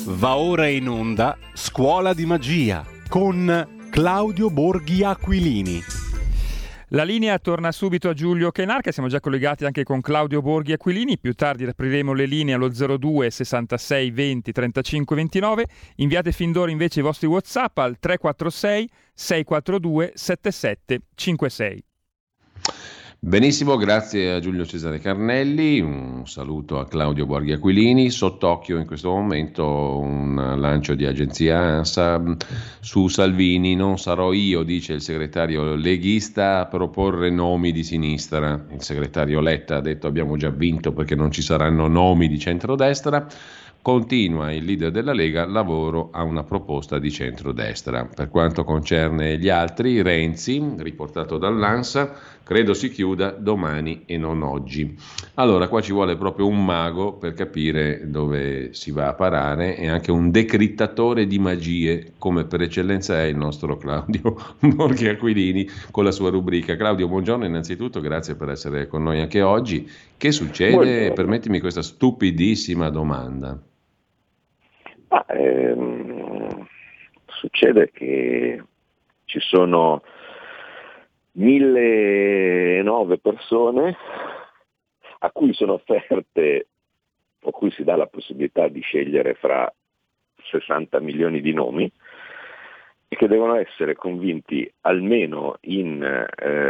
Va ora in onda Scuola di Magia con Claudio Borghi Aquilini. La linea torna subito a Giulio Cainarca, siamo già collegati anche con Claudio Borghi Aquilini, più tardi apriremo le linee allo 02 66 20 35 29, inviate fin d'ora invece i vostri WhatsApp al 346 642 7756. Benissimo, grazie a Giulio Cesare Carnelli, un saluto a Claudio Borghi Aquilini. Sott'occhio in questo momento un lancio di agenzia ANSA su Salvini. Non sarò io, dice il segretario leghista, a proporre nomi di sinistra. Il segretario Letta ha detto abbiamo già vinto perché non ci saranno nomi di centrodestra. Continua il leader della Lega, lavoro a una proposta di centrodestra. Per quanto concerne gli altri, Renzi, riportato dall'ANSA, credo si chiuda domani e non oggi. Allora, qua ci vuole proprio un mago per capire dove si va a parare e anche un decrittatore di magie, come per eccellenza è il nostro Claudio Borghi Aquilini con la sua rubrica. Claudio, buongiorno innanzitutto, grazie per essere con noi anche oggi. Che succede? Buongiorno. Permettimi questa stupidissima domanda. Succede che ci sono 1.009 persone a cui sono offerte o cui si dà la possibilità di scegliere fra 60 milioni di nomi e che devono essere convinti almeno in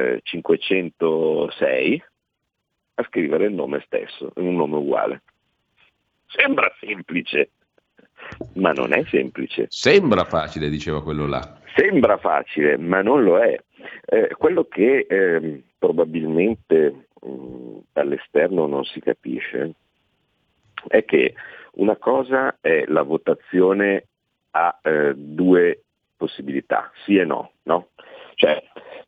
506 a scrivere il nome stesso, un nome uguale. Sembra semplice, ma non è semplice. Sembra facile, diceva quello là. Sembra facile, ma non lo è. Quello che probabilmente dall'esterno non si capisce è che una cosa è la votazione a due possibilità, sì e no, no? Cioè,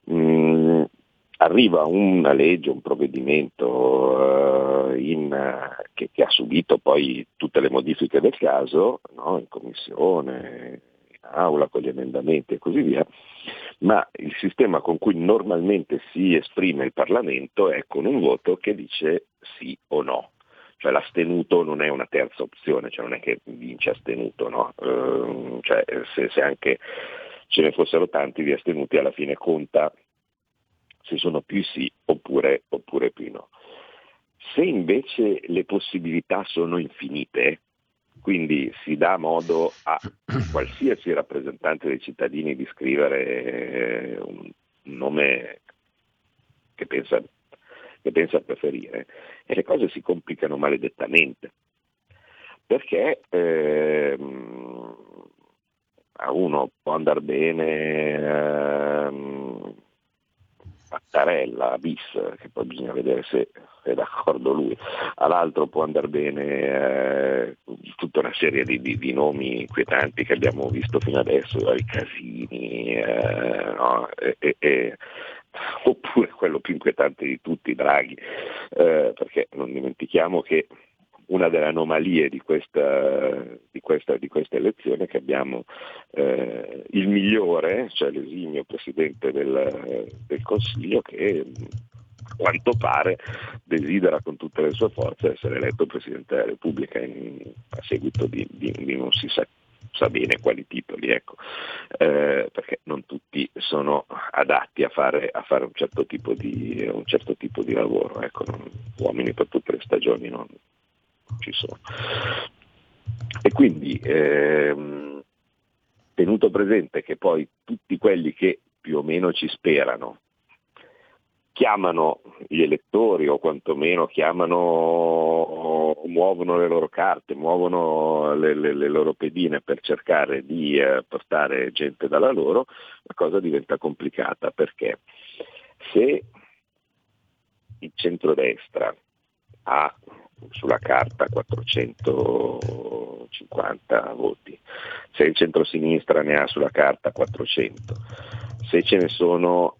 arriva una legge, un provvedimento che ha subito poi tutte le modifiche del caso, no? In commissione, in aula, con gli emendamenti e così via, ma il sistema con cui normalmente si esprime il Parlamento è con un voto che dice sì o no. Cioè l'astenuto non è una terza opzione, cioè non è che vince astenuto, no? Cioè se anche ce ne fossero tanti di astenuti alla fine conta se sono più sì oppure più no. Se invece le possibilità sono infinite, quindi si dà modo a qualsiasi rappresentante dei cittadini di scrivere un nome che pensa preferire, e le cose si complicano maledettamente, perché a uno può andare bene Mattarella bis, che poi bisogna vedere se è d'accordo lui, all'altro può andare bene tutta una serie di nomi inquietanti che abbiamo visto fino adesso, i Casini, no? Oppure quello più inquietante di tutti, Draghi, perché non dimentichiamo che una delle anomalie di questa elezione è che abbiamo il migliore, cioè l'esimio Presidente del Consiglio, che a quanto pare desidera con tutte le sue forze essere eletto Presidente della Repubblica a seguito di non si sa bene quali titoli, ecco, perché non tutti sono adatti a fare un certo tipo di lavoro, ecco, uomini per tutte le stagioni non ci sono. E quindi tenuto presente che poi tutti quelli che più o meno ci sperano chiamano gli elettori, o quantomeno muovono le loro carte, muovono le loro pedine per cercare di portare gente dalla loro, la cosa diventa complicata, perché se il centrodestra ha sulla carta 450 voti, se il centrosinistra ne ha sulla carta 400, se ce ne sono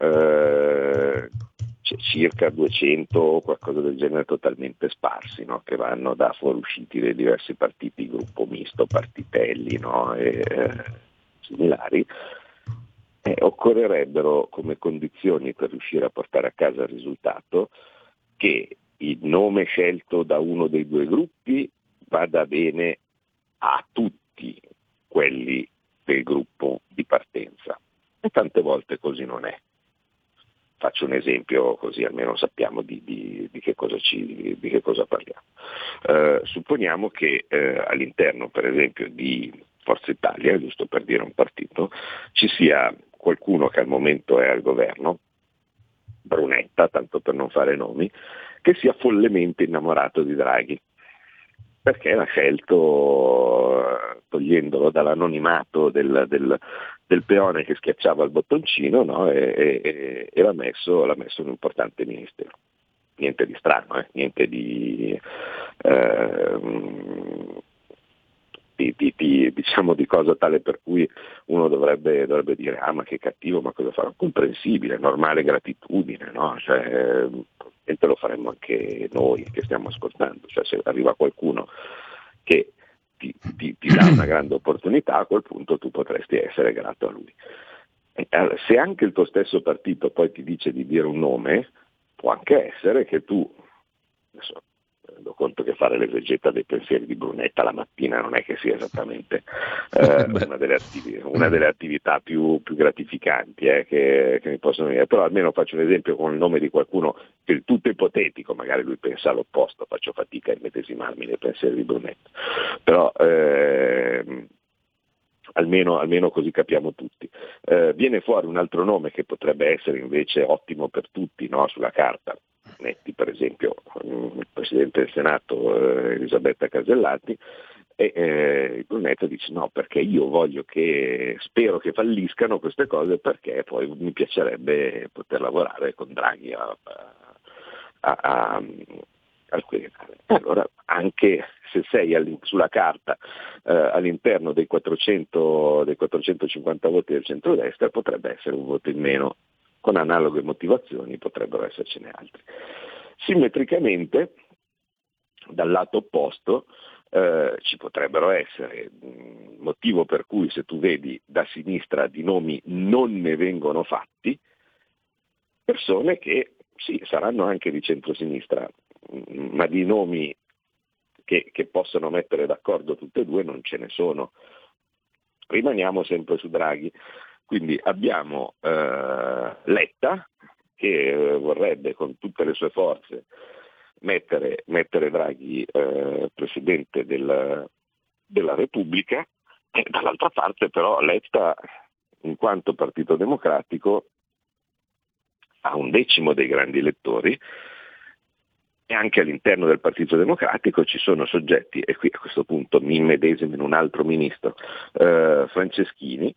circa 200 o qualcosa del genere totalmente sparsi, no? Che vanno da fuoriusciti dei diversi partiti, gruppo misto, partitelli, no? Similari, occorrerebbero come condizioni per riuscire a portare a casa il risultato che il nome scelto da uno dei due gruppi vada bene a tutti tutti quelli del gruppo di partenza, e tante volte così non è. Faccio un esempio così almeno sappiamo di che cosa parliamo. Supponiamo che all'interno per esempio di Forza Italia, giusto per dire un partito, ci sia qualcuno che al momento è al governo, Brunetta, tanto per non fare nomi, che sia follemente innamorato di Draghi, perché l'ha scelto togliendolo dall'anonimato del peone che schiacciava il bottoncino, no? e l'ha messo in un importante ministero. Niente di strano, niente diciamo di cosa tale per cui uno dovrebbe dire ma che cattivo, ma cosa farà? Comprensibile, normale gratitudine, no? Cioè, lo faremmo anche noi che stiamo ascoltando, cioè se arriva qualcuno che ti dà una grande opportunità, a quel punto tu potresti essere grato a lui. Se anche il tuo stesso partito poi ti dice di dire un nome, può anche essere che tu, adesso rendo conto che fare l'esegeta dei pensieri di Brunetta la mattina non è che sia esattamente una delle attività più gratificanti che mi possono venire, però almeno faccio un esempio con il nome di qualcuno che è tutto ipotetico, magari lui pensa all'opposto, faccio fatica a immedesimarmi nei pensieri di Brunetta, però almeno così capiamo tutti. Viene fuori un altro nome che potrebbe essere invece ottimo per tutti, no? Sulla carta. Metti per esempio il Presidente del Senato Elisabetta Casellati, e Brunetta dice no, perché io spero che falliscano queste cose, perché poi mi piacerebbe poter lavorare con Draghi al Quirinale. Allora, anche se sei sulla carta all'interno dei 450 voti del centrodestra, potrebbe essere un voto in meno. Con analoghe motivazioni potrebbero essercene altri. Simmetricamente, dal lato opposto, ci potrebbero essere motivo per cui se tu vedi da sinistra di nomi non ne vengono fatti, persone che sì, saranno anche di centrosinistra, ma di nomi che possono mettere d'accordo tutte e due non ce ne sono. Rimaniamo sempre su Draghi. Quindi abbiamo Letta che vorrebbe con tutte le sue forze mettere Draghi Presidente della Repubblica, e dall'altra parte però Letta, in quanto Partito Democratico, ha 1/10 dei grandi elettori, e anche all'interno del Partito Democratico ci sono soggetti, e qui a questo punto mi immedesimo in un altro ministro, Franceschini,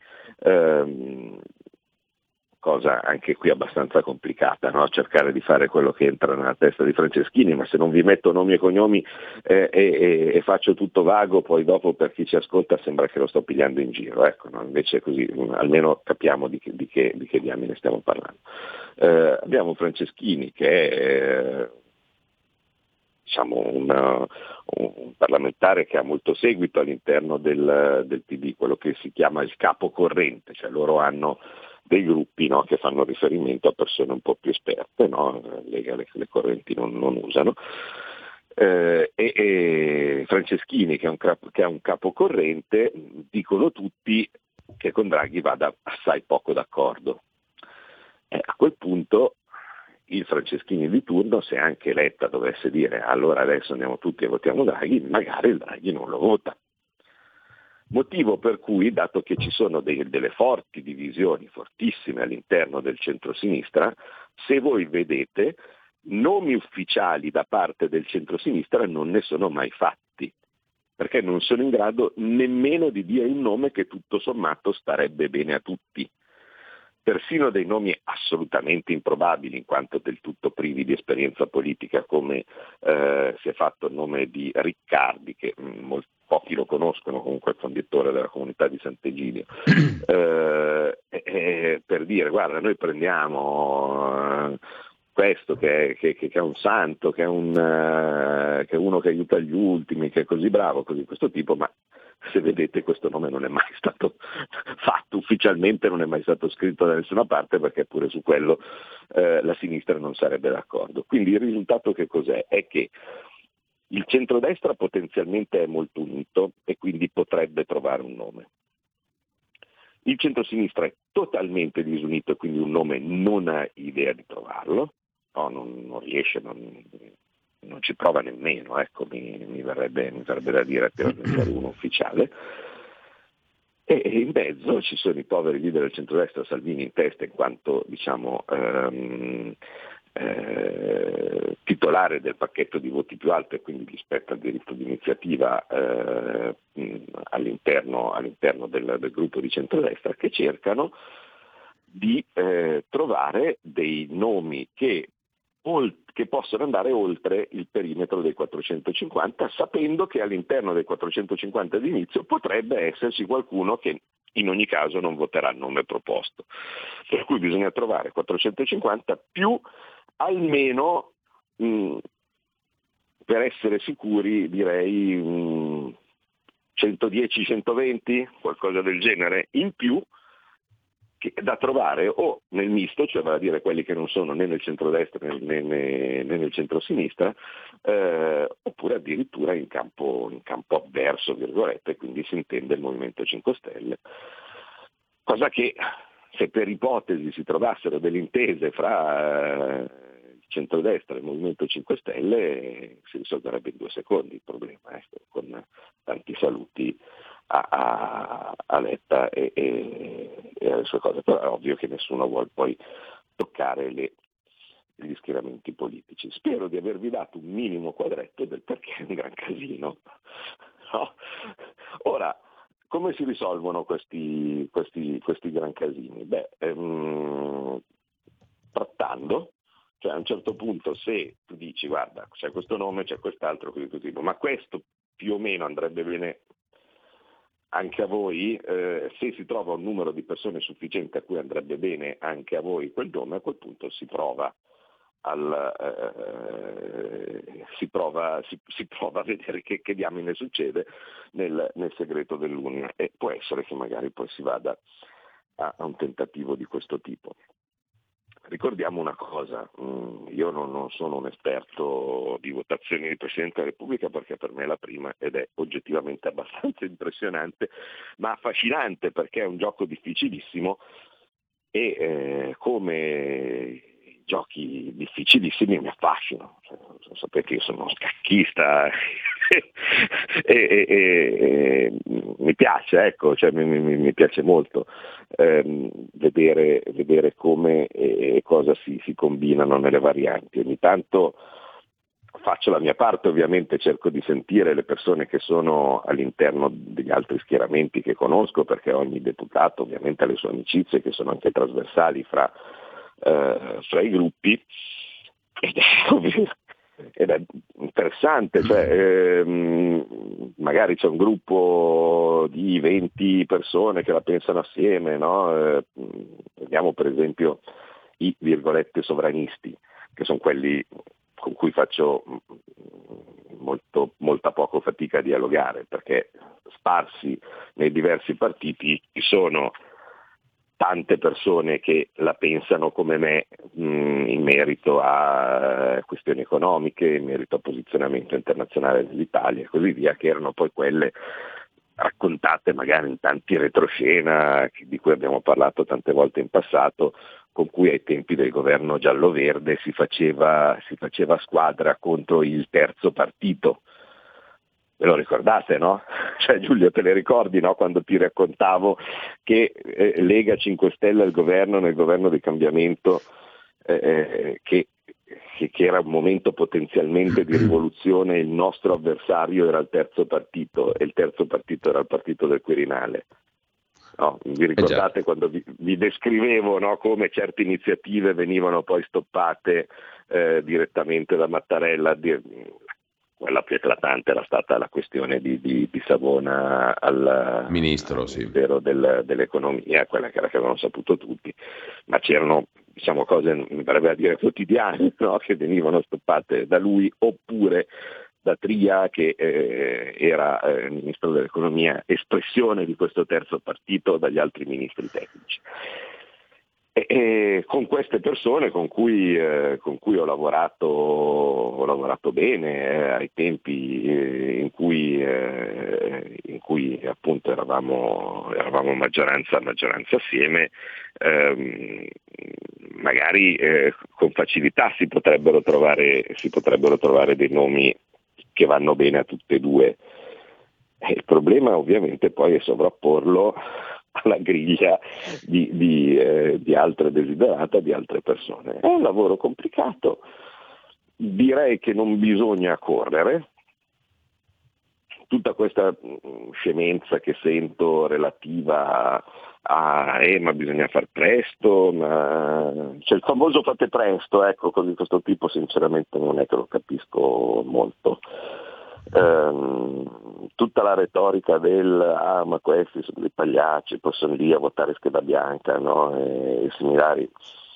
cosa anche qui abbastanza complicata, no? Cercare di fare quello che entra nella testa di Franceschini, ma se non vi metto nomi e cognomi e faccio tutto vago, poi dopo per chi ci ascolta sembra che lo sto pigliando in giro, ecco, no? Invece così almeno capiamo di che diamine stiamo parlando. Abbiamo Franceschini che è diciamo un parlamentare che ha molto seguito all'interno del PD, quello che si chiama il capo corrente, cioè loro hanno dei gruppi, no, che fanno riferimento a persone un po' più esperte, no? Le correnti non usano, e Franceschini che è un capo corrente, dicono tutti che con Draghi vada assai poco d'accordo. A quel punto il Franceschini di turno, se anche Letta dovesse dire allora adesso andiamo tutti e votiamo Draghi, magari il Draghi non lo vota. Motivo per cui, dato che ci sono delle forti divisioni, fortissime all'interno del centrosinistra, se voi vedete, nomi ufficiali da parte del centrosinistra non ne sono mai fatti, perché non sono in grado nemmeno di dire un nome che tutto sommato starebbe bene a tutti. Persino dei nomi assolutamente improbabili, in quanto del tutto privi di esperienza politica, come si è fatto il nome di Riccardi, che pochi lo conoscono, comunque il fondatore della comunità di Sant'Egidio, per dire guarda, noi prendiamo questo che è un santo, che è uno che aiuta gli ultimi, che è così bravo, così questo tipo, ma se vedete questo nome non è mai stato fatto ufficialmente, non è mai stato scritto da nessuna parte, perché pure su quello la sinistra non sarebbe d'accordo. Quindi il risultato che cos'è? È che il centrodestra potenzialmente è molto unito e quindi potrebbe deve trovare un nome. Il centrosinistra è totalmente disunito e quindi un nome non ha idea di trovarlo, no, non riesce, non ci prova nemmeno, ecco, mi verrebbe da dire per uno ufficiale. E in mezzo ci sono i poveri leader del centrodestra, Salvini in testa in quanto titolare del pacchetto di voti più alto e quindi gli spetta il diritto di iniziativa all'interno del gruppo di centrodestra, che cercano di trovare dei nomi che possono andare oltre il perimetro dei 450, sapendo che all'interno dei 450 d'inizio potrebbe esserci qualcuno che in ogni caso non voterà il nome proposto. Per cui bisogna trovare 450 più almeno, per essere sicuri, direi 110-120, qualcosa del genere in più, da trovare o nel misto, cioè vale a dire quelli che non sono né nel centrodestra né nel centrosinistra, oppure addirittura in campo avverso, virgolette, quindi si intende il Movimento 5 Stelle. Cosa che, se per ipotesi si trovassero delle intese fra il centrodestra e il Movimento 5 Stelle, si risolverebbe in 2 secondi il problema, con tanti saluti a Letta e alle sue cose, però è ovvio che nessuno vuole poi toccare gli schieramenti politici. Spero di avervi dato un minimo quadretto del perché è un gran casino. No? Ora, come si risolvono questi gran casini? Trattando. Cioè a un certo punto, se tu dici guarda c'è questo nome, c'è quest'altro, così, ma questo più o meno andrebbe bene anche a voi, se si trova un numero di persone sufficiente a cui andrebbe bene anche a voi quel nome, a quel punto si prova a vedere che diamine succede nel segreto dell'Unia, e può essere che magari poi si vada a un tentativo di questo tipo. Ricordiamo una cosa, io non sono un esperto di votazioni di Presidente della Repubblica, perché per me è la prima ed è oggettivamente abbastanza impressionante, ma affascinante, perché è un gioco difficilissimo e come giochi difficilissimi mi affascinano. Sapete, io sono uno scacchista e mi piace, ecco, cioè mi piace molto vedere come e cosa si combinano nelle varianti. Ogni tanto faccio la mia parte, ovviamente cerco di sentire le persone che sono all'interno degli altri schieramenti che conosco, perché ogni deputato ovviamente ha le sue amicizie che sono anche trasversali fra i gruppi, ed è interessante, cioè magari c'è un gruppo di 20 persone che la pensano assieme, no? Vediamo per esempio i virgolette sovranisti, che sono quelli con cui faccio molta poco fatica a dialogare, perché sparsi nei diversi partiti ci sono tante persone che la pensano come me in merito a questioni economiche, in merito a posizionamento internazionale dell'Italia e così via, che erano poi quelle raccontate magari in tanti retroscena di cui abbiamo parlato tante volte in passato, con cui ai tempi del governo giallo-verde si faceva squadra contro il terzo partito. Ve lo ricordate, no? Cioè Giulio, te le ricordi, no? Quando ti raccontavo che Lega 5 Stelle al governo, nel governo di cambiamento, che era un momento potenzialmente di rivoluzione, il nostro avversario era il terzo partito e il terzo partito era il partito del Quirinale. No, vi ricordate quando vi descrivevo, no, come certe iniziative venivano poi stoppate direttamente da Mattarella? Quella più eclatante era stata la questione di Savona al Ministero dell'Economia, quella che avevano saputo tutti, ma c'erano cose, mi verrebbe a dire, quotidiane, no, che venivano stoppate da lui, oppure da Tria, che era il ministro dell'Economia, espressione di questo terzo partito, dagli altri ministri tecnici. E con queste persone con cui ho lavorato bene ai tempi in cui appunto eravamo maggioranza assieme, magari con facilità si potrebbero trovare dei nomi che vanno bene a tutte e due. Il problema ovviamente poi è sovrapporlo alla griglia di altre desiderata di altre persone. È un lavoro complicato, direi che non bisogna correre. Tutta questa scemenza che sento relativa a ma bisogna far presto, ma c'è il famoso fate presto, ecco, così di questo tipo sinceramente non è che lo capisco molto. Tutta la retorica del ma questi sono dei pagliacci, poi sono lì a votare scheda bianca, no? E similari,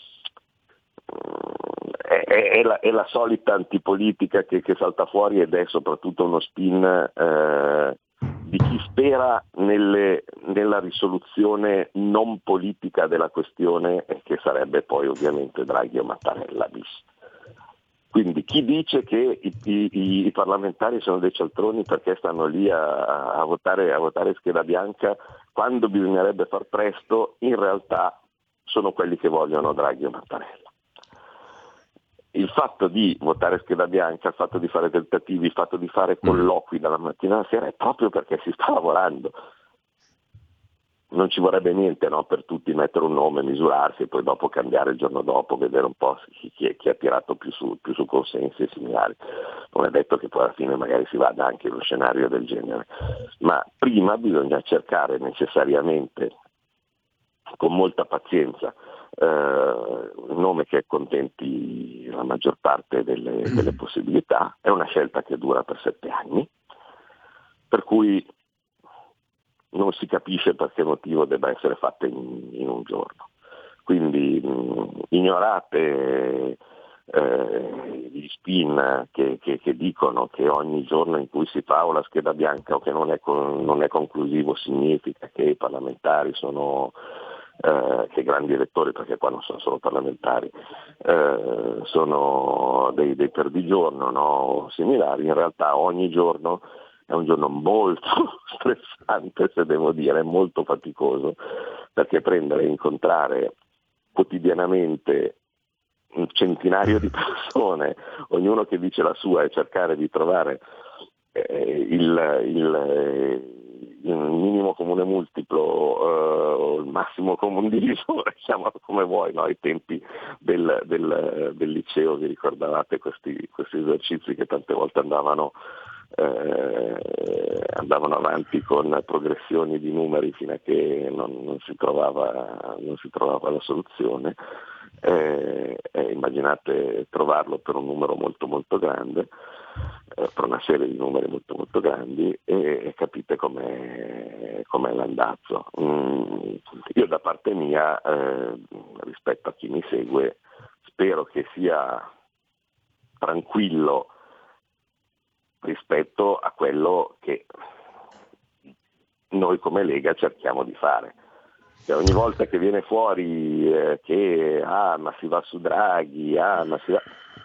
è la solita antipolitica che salta fuori, ed è soprattutto uno spin di chi spera nella risoluzione non politica della questione, che sarebbe poi ovviamente Draghi o Mattarella bis. Quindi chi dice che i parlamentari sono dei cialtroni perché stanno lì a votare scheda bianca quando bisognerebbe far presto, in realtà sono quelli che vogliono Draghi e Mattarella. Il fatto di votare scheda bianca, il fatto di fare tentativi, il fatto di fare colloqui dalla mattina alla sera è proprio perché si sta lavorando. Non ci vorrebbe niente, no, per tutti mettere un nome, misurarsi e poi dopo cambiare il giorno dopo, vedere un po' chi ha tirato più su consensi e similari. Non è detto che poi alla fine magari si vada anche in uno scenario del genere, ma prima bisogna cercare necessariamente, con molta pazienza, un nome che accontenti la maggior parte delle possibilità. È una scelta che dura per 7 anni, per cui non si capisce per che motivo debba essere fatta in un giorno. Quindi ignorate gli spin che dicono che ogni giorno in cui si fa la scheda bianca o che non è conclusivo significa che i parlamentari sono che grandi elettori, perché qua non sono solo parlamentari, sono dei perdigiorno, no, similari. In realtà ogni giorno è un giorno molto stressante, se devo dire, molto faticoso, perché prendere e incontrare quotidianamente un centinaio di persone, ognuno che dice la sua, e cercare di trovare il minimo comune multiplo o il massimo comune divisore, chiamalo come vuoi, no? Ai tempi del liceo vi ricordavate questi esercizi che tante volte andavano avanti con progressioni di numeri fino a che non si trovava la soluzione. Immaginate trovarlo per un numero molto molto grande, per una serie di numeri molto molto grandi, e capite com'è l'andazzo. Io da parte mia, rispetto a chi mi segue, spero che sia tranquillo rispetto a quello che noi come Lega cerchiamo di fare. Cioè, ogni volta che viene fuori che ma si va su Draghi, ma si va,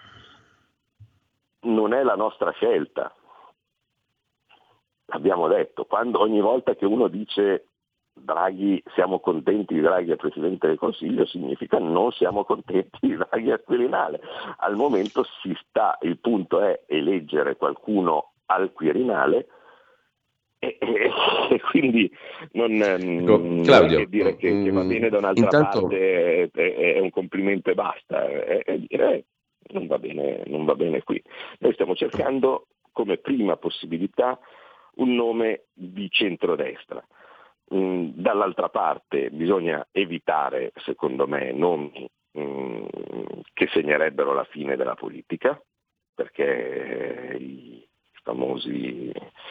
non è la nostra scelta. Abbiamo detto, ogni volta che uno dice Draghi, siamo contenti di Draghi al Presidente del Consiglio, significa non siamo contenti di Draghi al Quirinale. Al momento il punto è eleggere qualcuno al Quirinale, e quindi Claudio, non è che dire che va bene da un'altra parte è un complimento e basta, è dire non va bene qui. Noi stiamo cercando come prima possibilità un nome di centrodestra. Dall'altra parte bisogna evitare, secondo me, nomi che segnerebbero la fine della politica, perché i famosi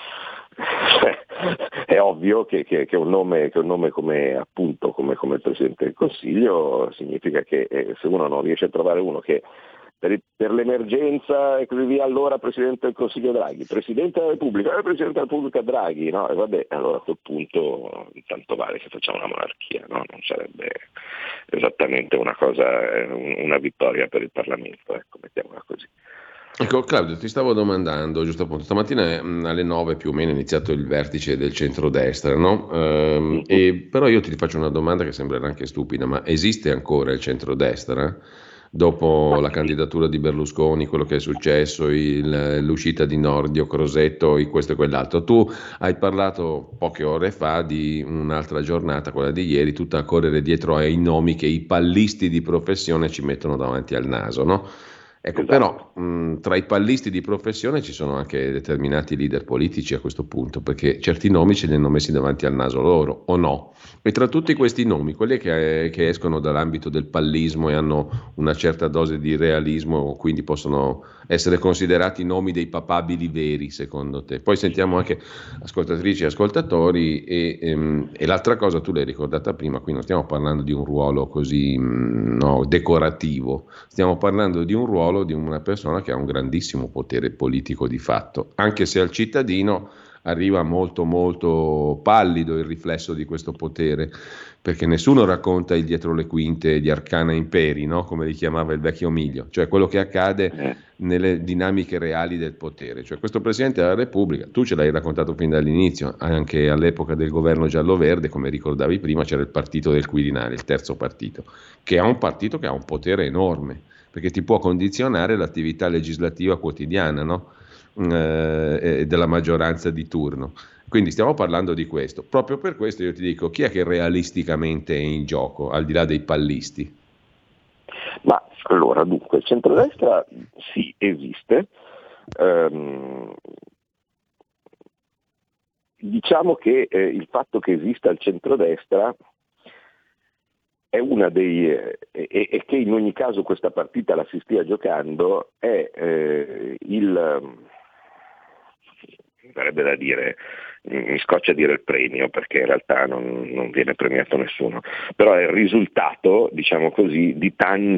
è ovvio che un nome come appunto come il Presidente del Consiglio significa che se uno non riesce a trovare uno che per l'emergenza e così via, allora Presidente del Consiglio Draghi, Presidente della Repubblica Draghi, no? E vabbè, allora a quel punto tanto vale che facciamo una monarchia, no? Non sarebbe esattamente una cosa, una vittoria per il Parlamento, ecco, mettiamola così. Ecco Claudio, ti stavo domandando, giusto appunto, stamattina alle 9 più o meno è iniziato il vertice del centrodestra, no? Però io ti faccio una domanda che sembrerà anche stupida, ma esiste ancora il centrodestra? Dopo la candidatura di Berlusconi, quello che è successo, l'uscita di Nordio, Crosetto, questo e quell'altro. Tu hai parlato poche ore fa di un'altra giornata, quella di ieri, tutta a correre dietro ai nomi che i pallisti di professione ci mettono davanti al naso, no? Ecco, Esatto. però tra i pallisti di professione ci sono anche determinati leader politici a questo punto, perché certi nomi ce li hanno messi davanti al naso loro, o no? E tra tutti questi nomi, quelli che escono dall'ambito del pallismo e hanno una certa dose di realismo, quindi possono essere considerati nomi dei papabili veri, secondo te? Poi sentiamo anche ascoltatrici e ascoltatori e l'altra cosa, tu l'hai ricordata prima, qui non stiamo parlando di un ruolo così decorativo, stiamo parlando di un ruolo di una persona che ha un grandissimo potere politico di fatto, anche se al cittadino arriva molto molto pallido il riflesso di questo potere, perché nessuno racconta il dietro le quinte di Arcana Imperi, no? Come li chiamava il vecchio Miglio, cioè quello che accade nelle dinamiche reali del potere. Cioè questo Presidente della Repubblica, tu ce l'hai raccontato fin dall'inizio, anche all'epoca del governo giallo-verde, come ricordavi prima, c'era il partito del Quirinale, il terzo partito, che è un partito che ha un potere enorme, perché ti può condizionare l'attività legislativa quotidiana, no? Della maggioranza di turno. Quindi stiamo parlando di questo. Proprio per questo io ti dico, chi è che realisticamente è in gioco, al di là dei pallisti? Ma allora, dunque, il centrodestra sì, esiste. Diciamo che il fatto che esista il centrodestra è una e che in ogni caso questa partita la si stia giocando è verrebbe da dire, mi scoccia dire il premio perché in realtà non viene premiato nessuno, però è il risultato, diciamo così, di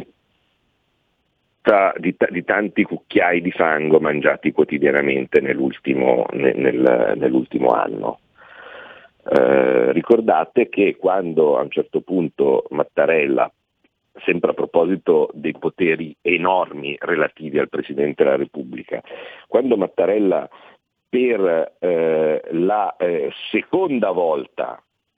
tanti cucchiai di fango mangiati quotidianamente nell'ultimo anno. Ricordate che quando a un certo punto Mattarella, sempre a proposito dei poteri enormi relativi al Presidente della Repubblica, quando Mattarella per la seconda volta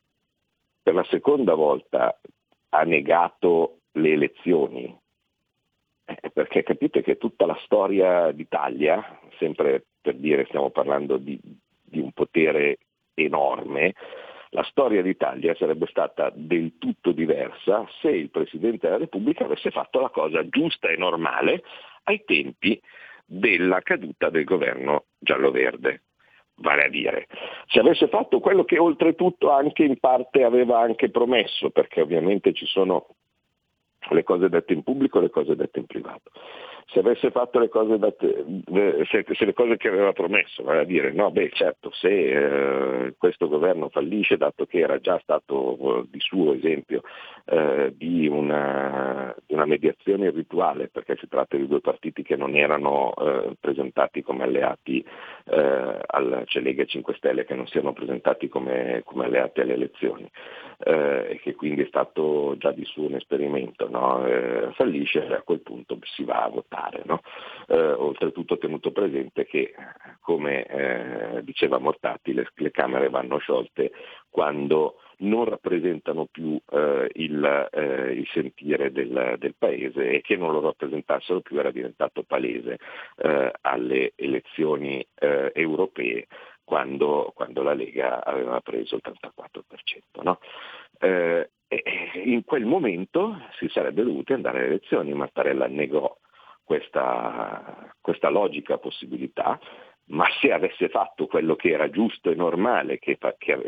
ha negato le elezioni, perché capite che tutta la storia d'Italia, sempre per dire stiamo parlando di un potere enorme, la storia d'Italia sarebbe stata del tutto diversa se il Presidente della Repubblica avesse fatto la cosa giusta e normale ai tempi della caduta del governo giallo-verde. Vale a dire, se avesse fatto quello che oltretutto anche in parte aveva anche promesso, perché ovviamente ci sono le cose dette in pubblico e le cose dette in privato. Se avesse fatto le cose se le cose che aveva promesso, vale a dire, no, beh certo, se questo governo fallisce, dato che era già stato di suo esempio di una mediazione rituale, perché si tratta di due partiti che non erano presentati come alleati c'è Lega e 5 Stelle, che non siano presentati come alleati alle elezioni, e che quindi è stato già di suo un esperimento, no? Fallisce, a quel punto si va a votare. No? Oltretutto tenuto presente che, come diceva Mortati, le Camere vanno sciolte quando non rappresentano più il sentire del Paese, e che non lo rappresentassero più era diventato palese alle elezioni europee, quando la Lega aveva preso il 34%. No? In quel momento si sarebbe dovuti andare alle elezioni. Mattarella negò questa logica possibilità, ma se avesse fatto quello che era giusto e normale che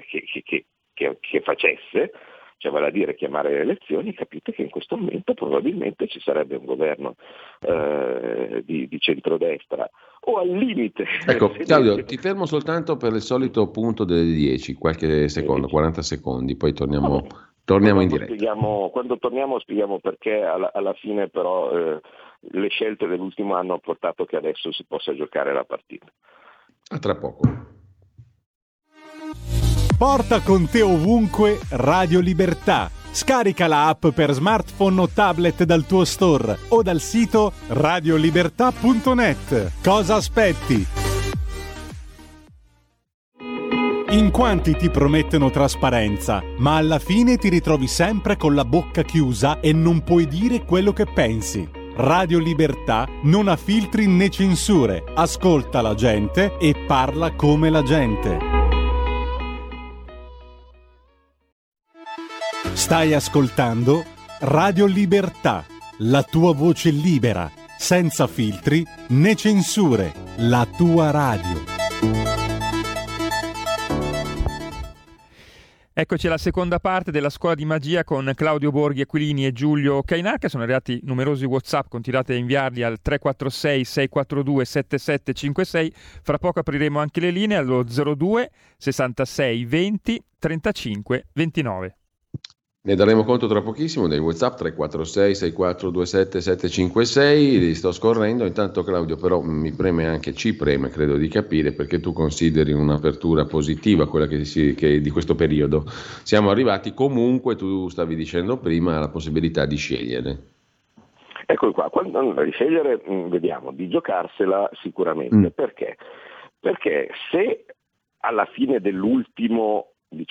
facesse, cioè vale a dire chiamare le elezioni, capite che in questo momento probabilmente ci sarebbe un governo di centrodestra, o al limite. Ecco, Claudio, ti fermo soltanto per il solito punto delle 10, qualche secondo, 40 secondi, poi torniamo in diretta. Quando torniamo spieghiamo perché alla fine però le scelte dell'ultimo anno hanno portato che adesso si possa giocare la partita. A tra poco. Porta con te ovunque Radio Libertà. Scarica la app per smartphone o tablet dal tuo store o dal sito radiolibertà.net. Cosa aspetti? In quanti ti promettono trasparenza, ma alla fine ti ritrovi sempre con la bocca chiusa e non puoi dire quello che pensi. Radio Libertà non ha filtri né censure, ascolta la gente e parla come la gente. Stai ascoltando Radio Libertà, la tua voce libera, senza filtri né censure, la tua radio. Eccoci alla seconda parte della Scuola di Magia con Claudio Borghi Aquilini e Giulio Cainarca. Sono arrivati numerosi WhatsApp, continuate a inviarli al 346 642 7756. Fra poco apriremo anche le linee allo 02 66 20 35 29. Ne daremo conto tra pochissimo dei WhatsApp 346 6427 756, li sto scorrendo. Intanto Claudio, però ci preme credo di capire perché tu consideri un'apertura positiva quella che di questo periodo. Siamo arrivati comunque, tu stavi dicendo prima, alla possibilità di scegliere. Ecco qua, quando scegliere vediamo, di giocarsela sicuramente. Perché? Perché se alla fine dell'ultima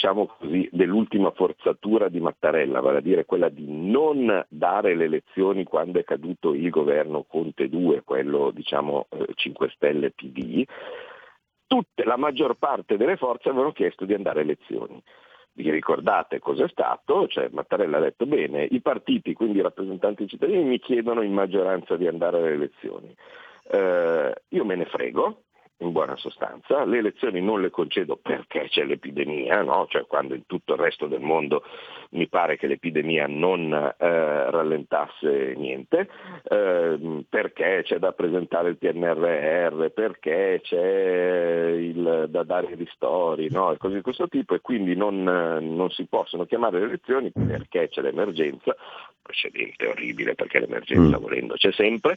forzatura di Mattarella, vale a dire quella di non dare le elezioni quando è caduto il governo Conte 2, quello 5 Stelle PD, la maggior parte delle forze avevano chiesto di andare alle elezioni. Vi ricordate cos'è stato? Cioè Mattarella ha detto bene, i partiti, quindi i rappresentanti dei cittadini, mi chiedono in maggioranza di andare alle elezioni. Io me ne frego. In buona sostanza, le elezioni non le concedo perché c'è l'epidemia, no? Cioè quando in tutto il resto del mondo mi pare che l'epidemia non rallentasse niente, perché c'è da presentare il PNRR, perché c'è da dare i ristori, no? E cose di questo tipo, e quindi non si possono chiamare le elezioni perché c'è l'emergenza, precedente orribile perché l'emergenza volendo c'è sempre,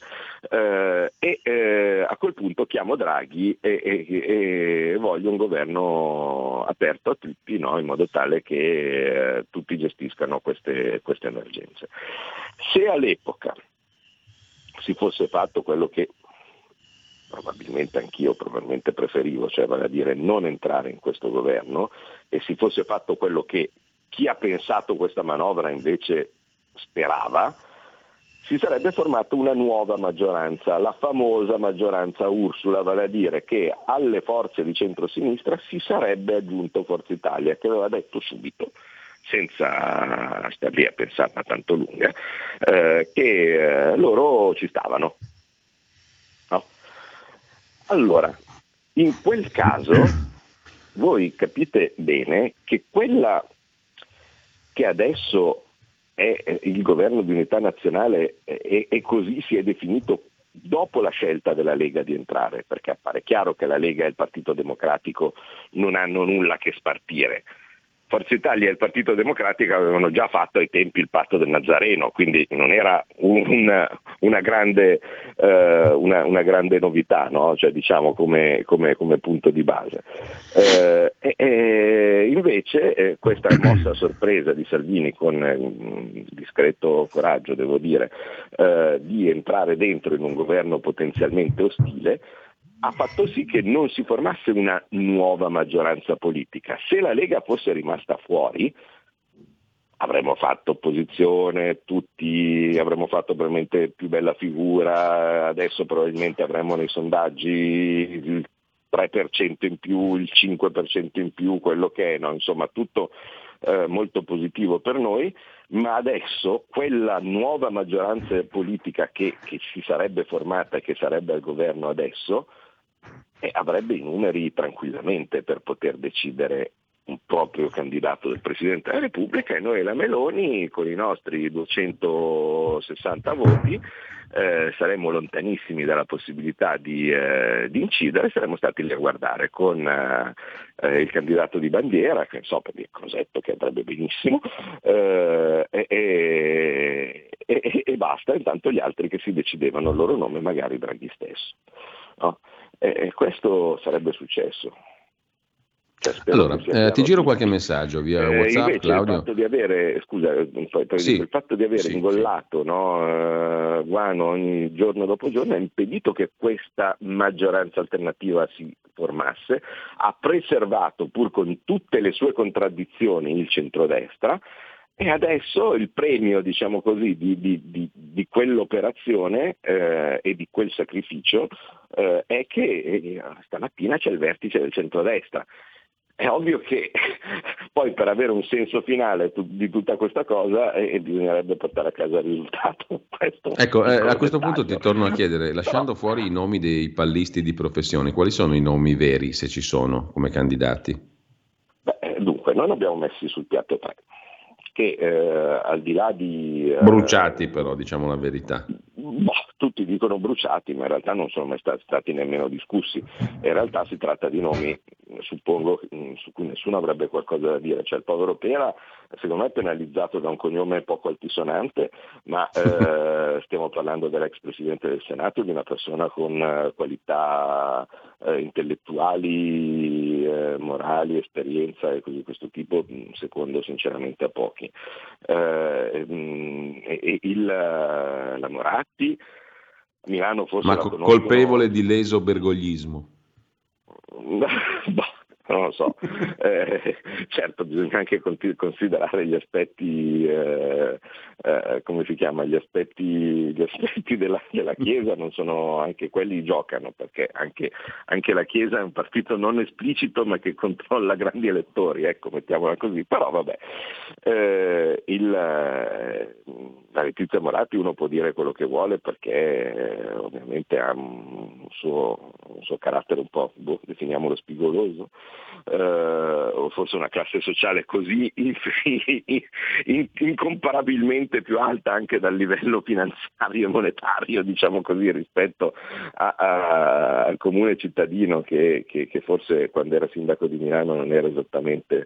a quel punto chiamo Draghi e voglio un governo aperto a tutti, no? In modo tale che tutti gestiscano queste emergenze. Se all'epoca si fosse fatto quello che probabilmente preferivo, cioè vale a dire non entrare in questo governo, e si fosse fatto quello che chi ha pensato questa manovra invece sperava, si sarebbe formata una nuova maggioranza, la famosa maggioranza Ursula, vale a dire che alle forze di centrosinistra si sarebbe aggiunto Forza Italia, che aveva detto subito, senza star lì a pensarla tanto lunga, che loro ci stavano. No? Allora, in quel caso voi capite bene che quella che adesso è il governo di unità nazionale e così si è definito dopo la scelta della Lega di entrare, perché appare chiaro che la Lega e il Partito Democratico non hanno nulla che spartire. Forza Italia e il Partito Democratico avevano già fatto ai tempi il patto del Nazareno, quindi non era una grande novità, no? Cioè, diciamo come punto di base. Invece questa mossa a sorpresa di Salvini, con discreto coraggio devo dire, di entrare dentro in un governo potenzialmente ostile, ha fatto sì che non si formasse una nuova maggioranza politica. Se la Lega fosse rimasta fuori, avremmo fatto opposizione, tutti avremmo fatto probabilmente più bella figura, adesso probabilmente avremmo nei sondaggi il 3% in più, il 5% in più, quello che è, no? Insomma tutto molto positivo per noi, ma adesso quella nuova maggioranza politica che si sarebbe formata e che sarebbe al governo adesso, avrebbe i numeri tranquillamente per poter decidere un proprio candidato del Presidente della Repubblica, e noi e la Meloni con i nostri 260 voti saremmo lontanissimi dalla possibilità di incidere, saremmo stati lì a guardare con il candidato di bandiera, che so per il Crosetto, che andrebbe benissimo, e e basta, intanto gli altri che si decidevano il loro nome, magari Draghi stesso. No? Questo sarebbe successo. Allora, ti giro qualche messaggio via WhatsApp, invece Claudio. Il fatto di avere, il fatto di avere ingollato no, Guano ogni giorno dopo giorno ha impedito che questa maggioranza alternativa si formasse, ha preservato, pur con tutte le sue contraddizioni, il centrodestra. E adesso il premio, diciamo così, di quell'operazione e di quel sacrificio è che stamattina c'è il vertice del centrodestra. È ovvio che poi per avere un senso finale di tutta questa cosa bisognerebbe portare a casa il risultato. Ecco, a questo punto ti torno a chiedere, lasciando fuori i nomi dei pallisti di professione, quali sono i nomi veri, se ci sono, come candidati? Dunque, noi ne abbiamo messi sul piatto 3. Che al di là di... bruciati però, diciamo la verità. Tutti dicono bruciati, ma in realtà non sono mai stati nemmeno discussi. In realtà si tratta di nomi, suppongo, su cui nessuno avrebbe qualcosa da dire. Cioè il povero Pera, secondo me, è penalizzato da un cognome poco altisonante, ma stiamo parlando dell'ex Presidente del Senato, di una persona con qualità intellettuali, morali, esperienza e così di questo tipo, secondo sinceramente a pochi. La Moratti, Milano forse ma la conoscono, colpevole di leso bergoglismo. Non lo so, certo bisogna anche considerare gli aspetti, come si chiama, gli aspetti della Chiesa, non sono, anche quelli giocano, perché anche la Chiesa è un partito non esplicito ma che controlla grandi elettori, ecco, mettiamola così, però vabbè. La Letizia Moratti uno può dire quello che vuole perché ovviamente ha un suo carattere un po', definiamolo spigoloso, o forse una classe sociale così incomparabilmente più alta anche dal livello finanziario e monetario, diciamo così, rispetto al comune cittadino che forse quando era sindaco di Milano non era esattamente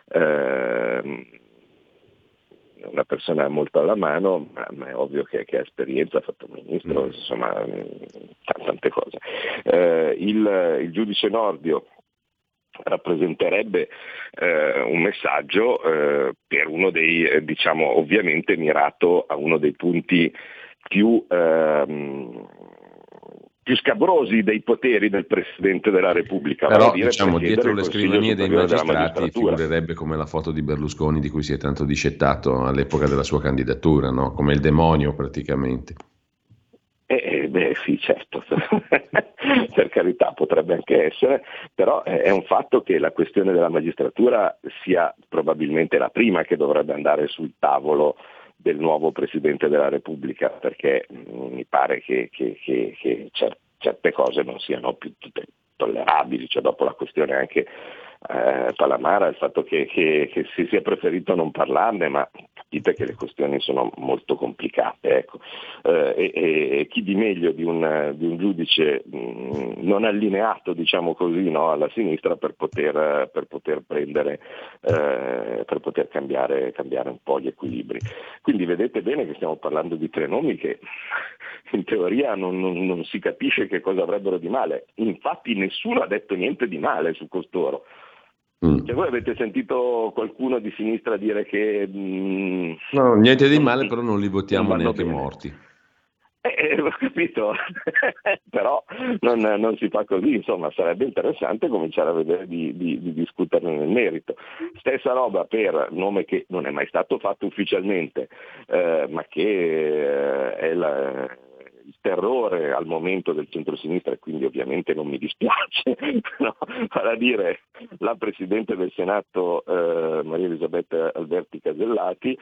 una persona molto alla mano, ma è ovvio che ha esperienza, ha fatto ministro, insomma, tante cose. Il giudice Nordio rappresenterebbe un messaggio per uno dei, diciamo, ovviamente mirato a uno dei punti più scabrosi dei poteri del Presidente della Repubblica. Però diciamo dietro le scrivanie dei magistrati figurerebbe come la foto di Berlusconi di cui si è tanto discettato all'epoca della sua candidatura, no? Come il demonio praticamente. Sì, certo, per carità potrebbe anche essere, però è un fatto che la questione della magistratura sia probabilmente la prima che dovrebbe andare sul tavolo del nuovo Presidente della Repubblica, perché mi pare che certe cose non siano più tutte tollerabili, cioè dopo la questione anche Palamara, il fatto che si sia preferito non parlarne, ma capite che le questioni sono molto complicate, ecco. E chi di meglio di un giudice non allineato, diciamo così, no, alla sinistra per poter prendere, per poter cambiare un po' gli equilibri. Quindi vedete bene che stiamo parlando di tre nomi che in teoria non si capisce che cosa avrebbero di male. Infatti nessuno ha detto niente di male su costoro. Cioè, voi avete sentito qualcuno di sinistra dire che no, niente di male, però non li votiamo neanche bene. Morti. Ho capito, però non si fa così, insomma sarebbe interessante cominciare a vedere di discuterne nel merito. Stessa roba per nome che non è mai stato fatto ufficialmente, ma che è il terrore al momento del centrosinistra, e quindi ovviamente non mi dispiace, no? Vale a dire la Presidente del Senato Maria Elisabetta Alberti Casellati,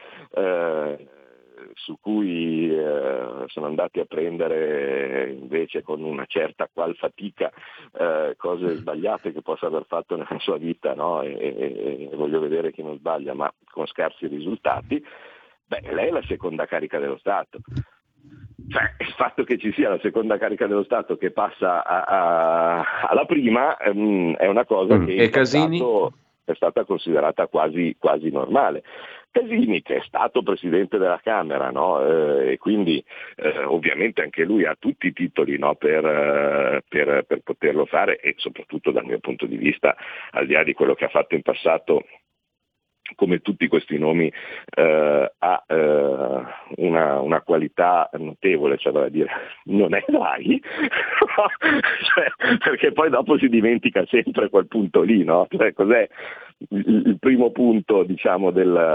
su cui sono andati a prendere invece con una certa qual fatica cose sbagliate che possa aver fatto nella sua vita, no? E voglio vedere chi non sbaglia, ma con scarsi risultati. Lei è la seconda carica dello Stato. Cioè, il fatto che ci sia la seconda carica dello Stato che passa alla prima è una cosa che in passato è stata considerata quasi normale. Casini, che è stato presidente della Camera, no? E quindi ovviamente anche lui ha tutti i titoli, no? per poterlo fare, e soprattutto dal mio punto di vista, al di là di quello che ha fatto in passato, come tutti questi nomi, ha una qualità notevole, cioè da dire, non è Draghi, cioè, perché poi dopo si dimentica sempre quel punto lì, no? Cioè, cos'è il primo punto, diciamo,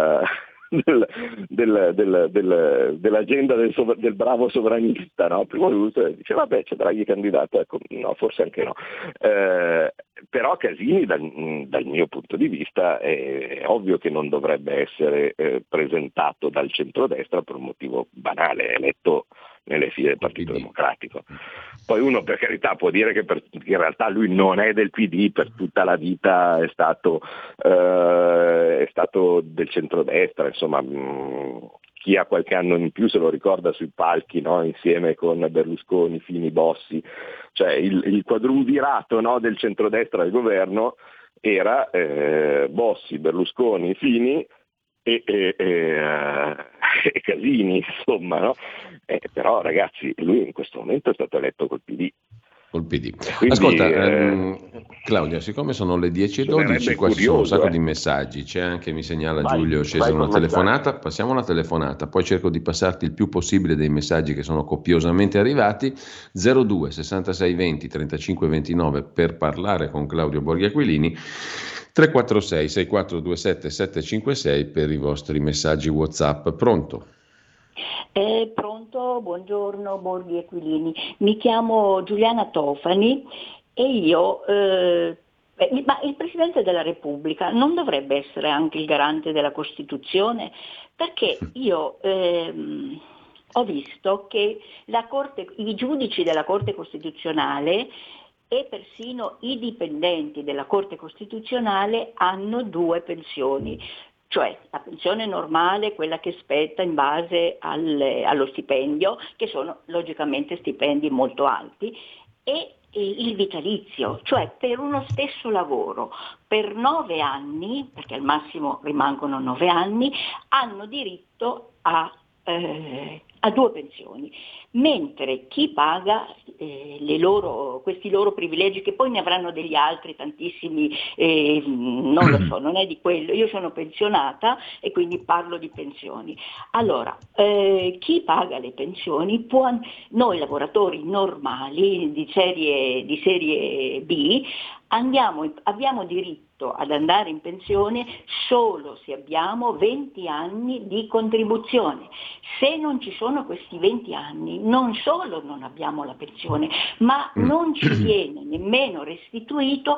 dell'agenda del bravo sovranista, no? Primo lui dice vabbè, c'è Draghi candidato, ecco, no, forse anche no. Però Casini dal mio punto di vista è ovvio che non dovrebbe essere presentato dal centrodestra per un motivo banale, è eletto nelle file del Partito Democratico. Poi uno, per carità, può dire che in realtà lui non è del PD, per tutta la vita è stato del centrodestra, insomma, chi ha qualche anno in più se lo ricorda sui palchi, no? Insieme con Berlusconi, Fini, Bossi, cioè il quadrumvirato, no? del centrodestra al governo era Bossi, Berlusconi, Fini e Casini, insomma, no? Però ragazzi, lui in questo momento è stato eletto col PD. Col PD. Quindi, ascolta, Claudia, siccome sono le 10:12, qua ci sono un sacco di messaggi, c'è anche, mi segnala Giulio Cesare, una telefonata, passiamo alla telefonata, poi cerco di passarti il più possibile dei messaggi che sono copiosamente arrivati. 02 66 20 35 29 per parlare con Claudio Borghi Aquilini, 346 6427 756 per i vostri messaggi WhatsApp. Pronto? Pronto, buongiorno Borghi Aquilini, mi chiamo Giuliana Tofani e io, ma il Presidente della Repubblica non dovrebbe essere anche il garante della Costituzione? Perché io ho visto che i giudici della Corte Costituzionale e persino i dipendenti della Corte Costituzionale hanno 2 pensioni. Cioè la pensione normale, quella che spetta in base allo stipendio, che sono logicamente stipendi molto alti, e il vitalizio, cioè per uno stesso lavoro per 9 anni, perché al massimo rimangono 9 anni, hanno diritto a 2 pensioni, mentre chi paga questi loro privilegi, che poi ne avranno degli altri tantissimi, non lo so, non è di quello, io sono pensionata e quindi parlo di pensioni. Allora, chi paga le pensioni noi lavoratori normali di serie B abbiamo diritto ad andare in pensione solo se abbiamo 20 anni di contribuzione. Se non ci sono questi 20 anni, non solo non abbiamo la pensione, ma non ci viene nemmeno restituiti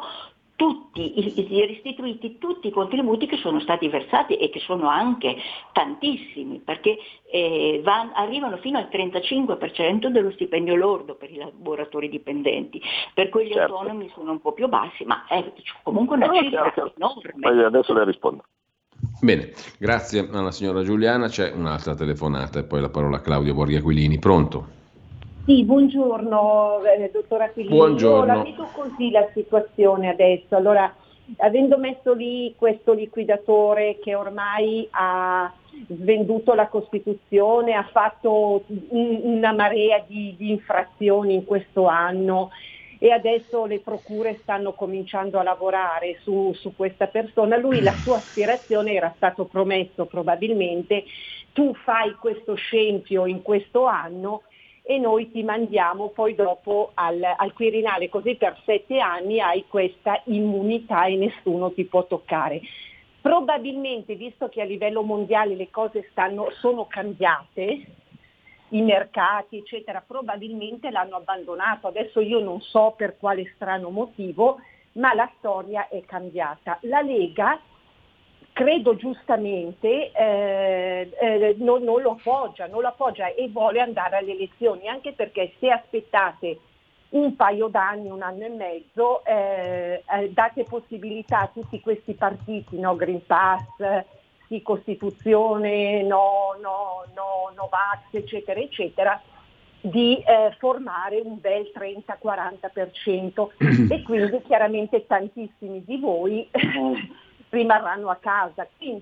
tutti i contributi che sono stati versati, e che sono anche tantissimi, perché arrivano fino al 35% dello stipendio lordo per i lavoratori dipendenti. Per quelli autonomi sono un po' più bassi, ma è comunque una cifra enorme. Adesso le rispondo. Bene, grazie alla signora Giuliana. C'è un'altra telefonata e poi la parola a Claudio Borghi Aquilini. Pronto? Sì, buongiorno dottor Aquilini. Buongiorno. Io la vedo così la situazione adesso. Allora, avendo messo lì questo liquidatore che ormai ha svenduto la Costituzione, ha fatto una marea di infrazioni in questo anno, e adesso le procure stanno cominciando a lavorare su questa persona. Lui, la sua aspirazione, era stato promesso probabilmente: tu fai questo scempio in questo anno e noi ti mandiamo poi dopo al Quirinale, così per 7 anni hai questa immunità e nessuno ti può toccare. Probabilmente, visto che a livello mondiale le cose sono cambiate, i mercati eccetera, probabilmente l'hanno abbandonato. Adesso io non so per quale strano motivo, ma la storia è cambiata. La Lega, credo giustamente, non lo appoggia e vuole andare alle elezioni, anche perché se aspettate un paio d'anni, 1 anno e mezzo, date possibilità a tutti questi partiti, no Green Pass, sì Costituzione, no Vax, eccetera, eccetera, di formare un bel 30-40%, e quindi chiaramente tantissimi di voi rimarranno a casa. Quindi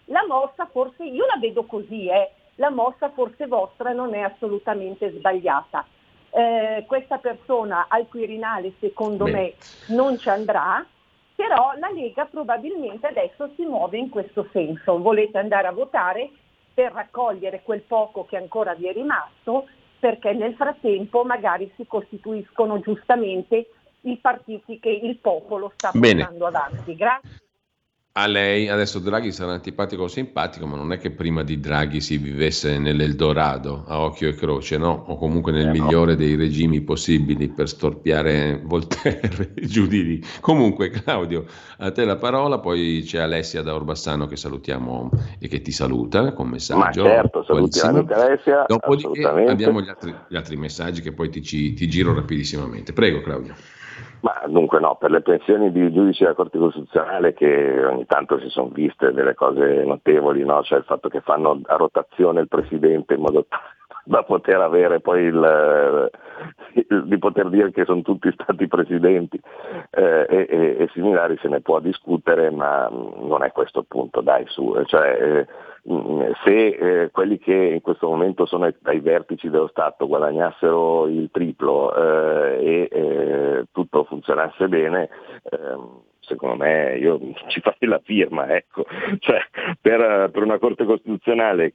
la mossa forse, io la vedo così, la mossa forse vostra non è assolutamente sbagliata. Questa persona al Quirinale secondo me non ci andrà, però la Lega probabilmente adesso si muove in questo senso. Volete andare a votare per raccogliere quel poco che ancora vi è rimasto, perché nel frattempo magari si costituiscono giustamente i partiti che il popolo sta portando avanti. Grazie. A lei adesso Draghi sarà antipatico o simpatico, ma non è che prima di Draghi si vivesse nell'Eldorado a occhio e croce, no? O comunque nel migliore dei regimi possibili per storpiare Voltaire e giù di lì. Comunque Claudio, a te la parola, poi c'è Alessia da Orbassano che salutiamo e che ti saluta con messaggio. Ma certo, salutiamo Alessia. Dopodiché abbiamo gli altri messaggi che poi ti giro rapidissimamente. Prego Claudio. Ma dunque no, per le pensioni di giudici della Corte Costituzionale che ogni tanto si sono viste delle cose notevoli, no? Cioè il fatto che fanno a rotazione il presidente in modo da poter avere poi di poter dire che sono tutti stati presidenti e similari, se ne può discutere, ma non è questo il punto, dai su, cioè se quelli che in questo momento sono ai vertici dello Stato guadagnassero il triplo e tutto funzionasse bene, secondo me io ci farei la firma, ecco, cioè per una Corte Costituzionale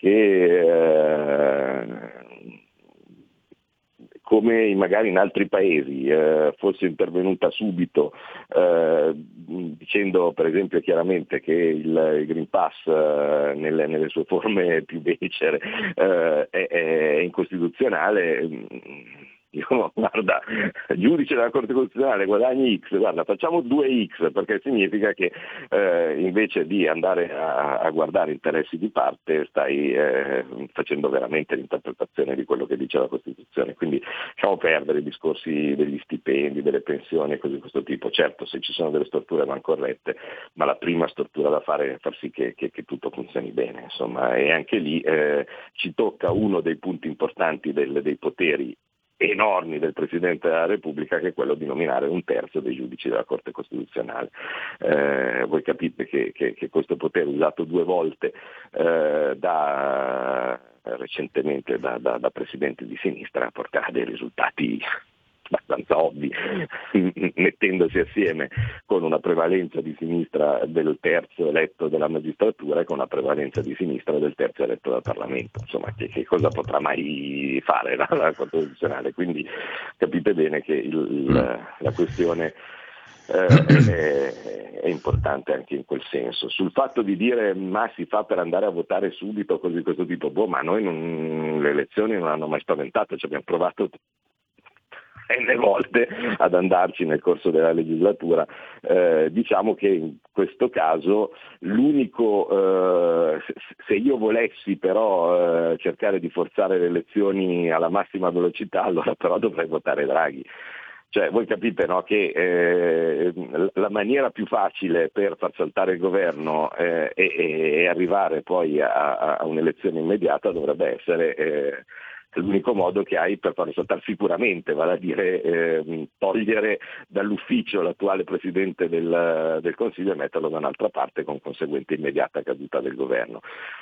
che come magari in altri paesi fosse intervenuta subito dicendo per esempio chiaramente che il Green Pass nelle sue forme più becere è incostituzionale. Io, guarda, giudice della Corte Costituzionale guadagni X, guarda, facciamo 2X, perché significa che invece di andare a guardare interessi di parte stai facendo veramente l'interpretazione di quello che dice la Costituzione. Quindi lasciamo perdere i discorsi degli stipendi, delle pensioni e cose di questo tipo. Certo, se ci sono delle storture van corrette, ma la prima stortura da fare è far sì che tutto funzioni bene, insomma, e anche lì ci tocca uno dei punti importanti dei poteri enormi del Presidente della Repubblica, che è quello di nominare un terzo dei giudici della Corte Costituzionale. Voi capite che questo potere usato 2 volte recentemente da presidenti di sinistra porterà dei risultati abbastanza ovvi, mettendosi assieme con una prevalenza di sinistra del terzo eletto della magistratura e con una prevalenza di sinistra del terzo eletto dal Parlamento. Insomma, che cosa potrà mai fare la Corte Costituzionale? Quindi capite bene che la questione è importante anche in quel senso. Sul fatto di dire ma si fa per andare a votare subito, cose di questo tipo, ma noi le elezioni non hanno mai spaventato, ci abbiamo provato n volte ad andarci nel corso della legislatura. Diciamo che in questo caso l'unico, se io volessi però cercare di forzare le elezioni alla massima velocità, allora però dovrei votare Draghi. Cioè, voi capite, no, che la maniera più facile per far saltare il governo e arrivare poi a un'elezione immediata dovrebbe essere l'unico modo che hai per farlo saltare sicuramente, vale a dire togliere dall'ufficio l'attuale Presidente del Consiglio e metterlo da un'altra parte con conseguente immediata caduta del governo.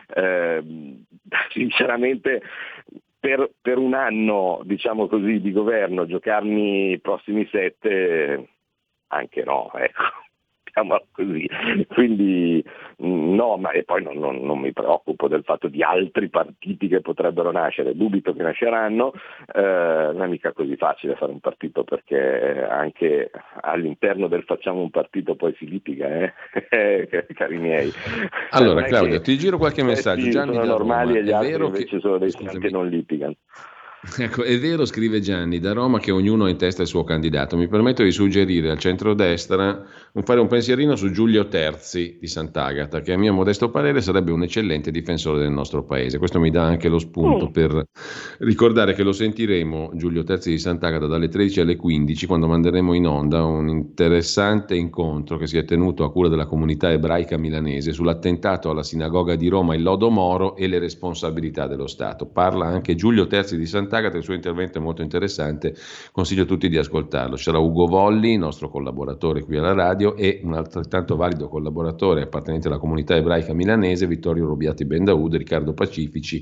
Sinceramente per un anno, diciamo così, di governo, giocarmi i prossimi 7, anche no, ecco. Così. Quindi no, ma e poi non mi preoccupo del fatto di altri partiti che potrebbero nascere, dubito che nasceranno, non è mica così facile fare un partito, perché anche all'interno del facciamo un partito poi si litiga, cari miei. Allora Claudio, ti giro qualche messaggio. Gianni sono normali Roma. E gli altri invece sono dei che non litigano. Ecco, è vero, scrive Gianni da Roma, che ognuno ha in testa il suo candidato. Mi permetto di suggerire al centrodestra fare un pensierino su Giulio Terzi di Sant'Agata, che a mio modesto parere sarebbe un eccellente difensore del nostro paese. Questo mi dà anche lo spunto per ricordare che lo sentiremo, Giulio Terzi di Sant'Agata, dalle 13 alle 15, quando manderemo in onda un interessante incontro che si è tenuto a cura della comunità ebraica milanese sull'attentato alla sinagoga di Roma, il lodo Moro e le responsabilità dello Stato. Parla anche Giulio Terzi di Sant'Agata, Sant'Agata, il suo intervento è molto interessante, consiglio a tutti di ascoltarlo. C'era Ugo Volli, nostro collaboratore qui alla radio, e un altrettanto valido collaboratore appartenente alla comunità ebraica milanese, Vittorio Robiati Bendaud, Riccardo Pacifici,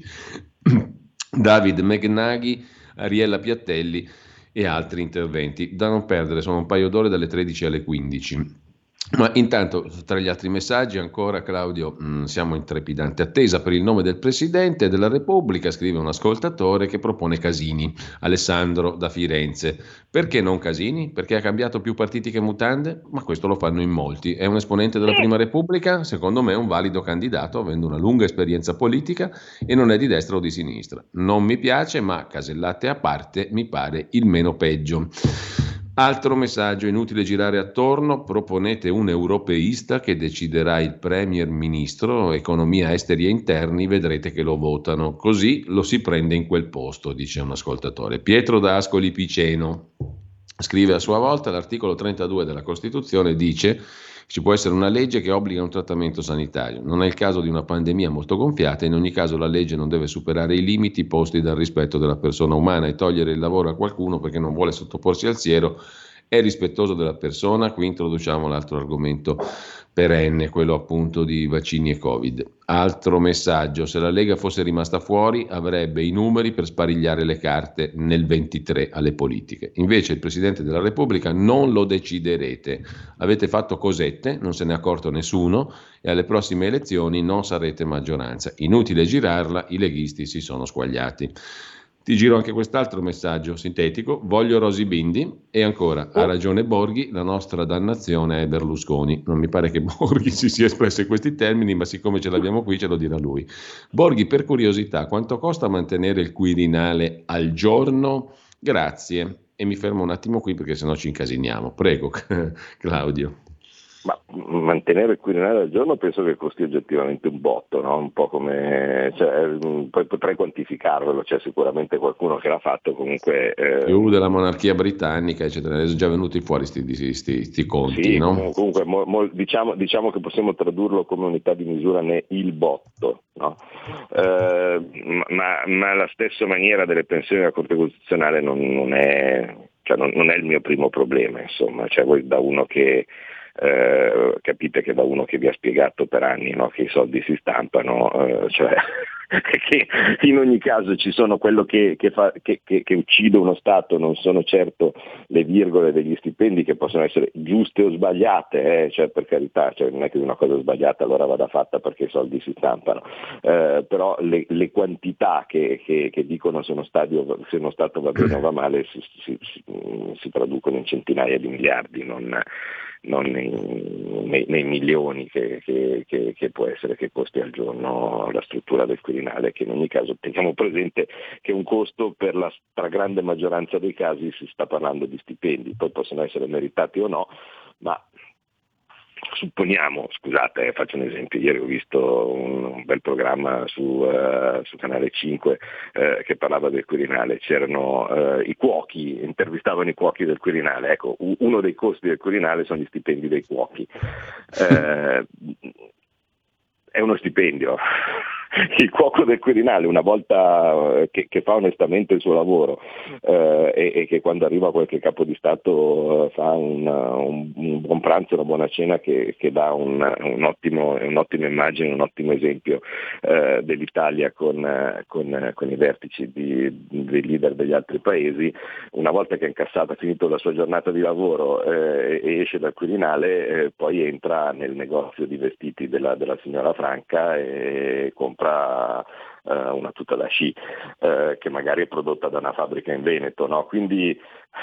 David Megnaghi, Ariella Piattelli e altri interventi. Da non perdere, sono un paio d'ore dalle 13 alle 15. Ma intanto, tra gli altri messaggi, ancora Claudio, siamo in trepidante attesa per il nome del Presidente della Repubblica, scrive un ascoltatore che propone Casini, Alessandro da Firenze. Perché non Casini? Perché ha cambiato più partiti che mutande? Ma questo lo fanno in molti. È un esponente della Prima Repubblica? Secondo me è un valido candidato, avendo una lunga esperienza politica e non è di destra o di sinistra. Non mi piace, ma casellate a parte, mi pare il meno peggio. Altro messaggio, inutile girare attorno, proponete un europeista che deciderà il premier ministro, economia, esteri e interni, vedrete che lo votano, così lo si prende in quel posto, dice un ascoltatore. Pietro da Ascoli Piceno scrive a sua volta: l'articolo 32 della Costituzione dice ci può essere una legge che obbliga un trattamento sanitario. Non è il caso di una pandemia molto gonfiata, in ogni caso la legge non deve superare i limiti posti dal rispetto della persona umana, e togliere il lavoro a qualcuno perché non vuole sottoporsi al siero è rispettoso della persona. Qui introduciamo l'altro argomento perenne, quello appunto di vaccini e Covid. Altro messaggio: se la Lega fosse rimasta fuori avrebbe i numeri per sparigliare le carte nel 23 alle politiche. Invece il Presidente della Repubblica non lo deciderete. Avete fatto cosette, non se ne è accorto nessuno, e alle prossime elezioni non sarete maggioranza. Inutile girarla, i leghisti si sono squagliati. Ti giro anche quest'altro messaggio sintetico: voglio Rosy Bindi. E ancora, ha ragione Borghi, la nostra dannazione è Berlusconi. Non mi pare che Borghi si sia espresso in questi termini, ma siccome ce l'abbiamo qui ce lo dirà lui. Borghi, per curiosità, quanto costa mantenere il Quirinale al giorno? Grazie. E mi fermo un attimo qui perché sennò ci incasiniamo. Prego, Claudio. Ma mantenere il Quirinale al giorno penso che costi oggettivamente un botto, no? Un po' come, poi potrei quantificarvelo, c'è sicuramente qualcuno che l'ha fatto, comunque più della monarchia britannica, eccetera. Sono già venuti fuori sti conti, sì, no? Comunque diciamo che possiamo tradurlo come unità di misura il botto, no? Ma la stessa maniera delle pensioni della Corte Costituzionale non è il mio primo problema, insomma, cioè voi da uno che capite che da uno che vi ha spiegato per anni, no, che i soldi si stampano, cioè che in ogni caso ci sono quello che uccide uno Stato, non sono certo le virgole degli stipendi, che possono essere giuste o sbagliate, cioè per carità, cioè non è che una cosa sbagliata allora vada fatta perché i soldi si stampano, però le quantità che dicono se uno Stato va bene o va male si traducono in centinaia di miliardi, non nei milioni che può essere che costi al giorno la struttura del Quirinale, che in ogni caso teniamo presente che un costo per la stragrande maggioranza dei casi si sta parlando di stipendi, poi possono essere meritati o no, ma supponiamo, scusate, faccio un esempio, ieri ho visto un bel programma su Canale 5 che parlava del Quirinale, c'erano i cuochi, intervistavano i cuochi del Quirinale, ecco, uno dei costi del Quirinale sono gli stipendi dei cuochi. È uno stipendio. Il cuoco del Quirinale, una volta che fa onestamente il suo lavoro e che quando arriva qualche capo di Stato fa un buon pranzo, una buona cena che dà un'ottima immagine, un ottimo esempio dell'Italia con i vertici dei leader degli altri paesi, una volta che ha finito la sua giornata di lavoro e esce dal Quirinale, poi entra nel negozio di vestiti della signora Franca e compra una tuta da sci che magari è prodotta da una fabbrica in Veneto, no? Quindi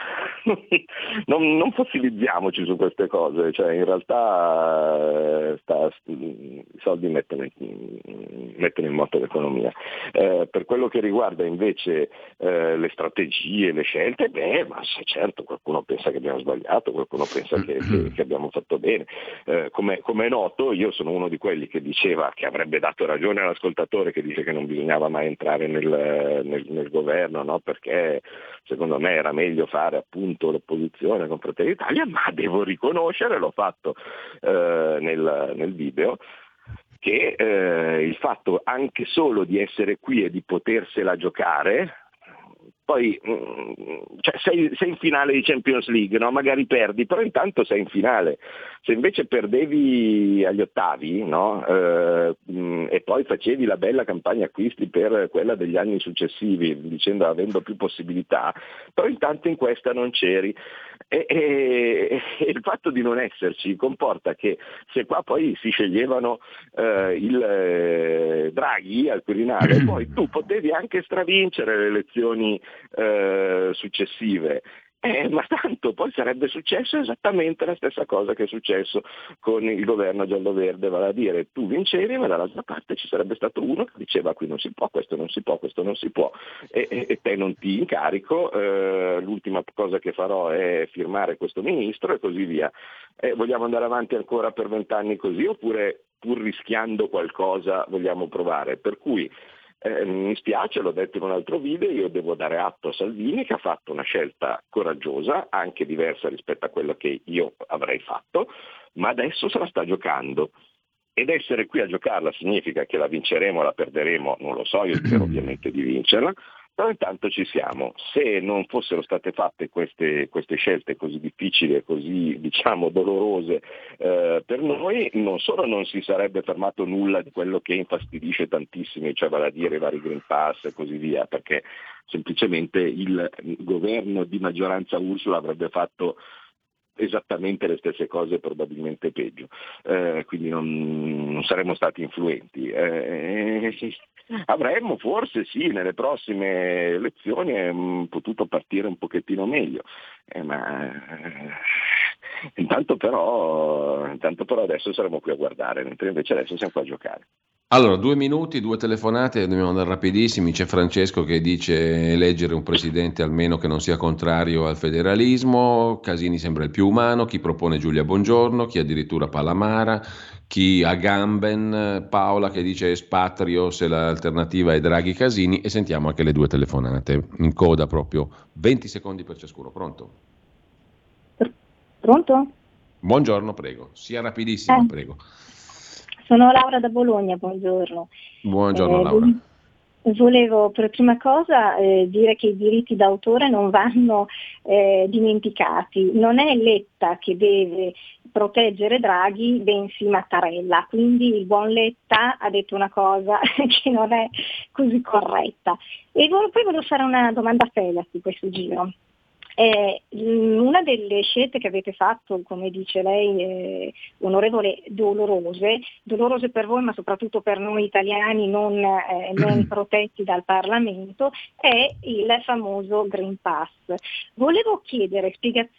non fossilizziamoci su queste cose, cioè in realtà i soldi mettono in moto l'economia. Per quello che riguarda invece le strategie, le scelte, ma certo, qualcuno pensa che abbiamo sbagliato, qualcuno pensa che abbiamo fatto bene. Come è noto, io sono uno di quelli che diceva che avrebbe dato ragione all'ascoltatore che dice che non bisognava mai entrare nel governo, no? Perché secondo me era meglio fare appunto l'opposizione con Fratelli d'Italia, ma devo riconoscere, l'ho fatto nel video, che il fatto anche solo di essere qui e di potersela giocare poi cioè sei in finale di Champions League, no? Magari perdi, però intanto sei in finale. Se invece perdevi agli ottavi, no? E poi facevi la bella campagna acquisti per quella degli anni successivi, dicendo avendo più possibilità, però intanto in questa non c'eri. E il fatto di non esserci comporta che se qua poi si sceglievano il Draghi al Quirinale, poi tu potevi anche stravincere le elezioni successive. Ma tanto poi sarebbe successo esattamente la stessa cosa che è successo con il governo giallo-verde, vale a dire tu vincevi, ma dall'altra parte ci sarebbe stato uno che diceva qui non si può, questo non si può, questo non si può, e te non ti incarico, l'ultima cosa che farò è firmare questo ministro e così via. Vogliamo andare avanti ancora per 20 anni così, oppure pur rischiando qualcosa vogliamo provare? Per cui mi spiace, l'ho detto in un altro video, io devo dare atto a Salvini che ha fatto una scelta coraggiosa, anche diversa rispetto a quello che io avrei fatto, ma adesso se la sta giocando. Ed essere qui a giocarla significa che la vinceremo o la perderemo, non lo so, io spero ovviamente di vincerla, però intanto ci siamo. Se non fossero state fatte queste scelte così difficili e così, diciamo, dolorose per noi, non solo non si sarebbe fermato nulla di quello che infastidisce tantissimi, cioè vale a dire i vari Green Pass e così via, perché semplicemente il governo di maggioranza Ursula avrebbe fatto esattamente le stesse cose, probabilmente peggio, quindi non saremmo stati influenti. Avremmo forse sì nelle prossime elezioni potuto partire un pochettino meglio, ma intanto però adesso saremo qui a guardare, mentre invece adesso siamo qua a giocare. Allora, 2 minuti, 2 telefonate, dobbiamo andare rapidissimi. C'è Francesco che dice eleggere un presidente almeno che non sia contrario al federalismo. Casini sembra il più umano. Chi propone Giulia Bongiorno, chi addirittura Palamara, chi Agamben, Paola che dice espatrio se l'alternativa è Draghi Casini. E sentiamo anche le 2 telefonate in coda proprio. 20 secondi per ciascuno. Pronto? Pronto? Buongiorno, prego. Sia rapidissimo, prego. Sono Laura da Bologna, buongiorno. Buongiorno Laura. Volevo per prima cosa dire che i diritti d'autore non vanno dimenticati. Non è Letta che deve proteggere Draghi, bensì Mattarella. Quindi il buon Letta ha detto una cosa che non è così corretta. E poi volevo fare una domanda a Fela su questo giro. Una delle scelte che avete fatto, come dice lei, onorevole, dolorose per voi ma soprattutto per noi italiani non protetti dal Parlamento, è il famoso Green Pass. Volevo chiedere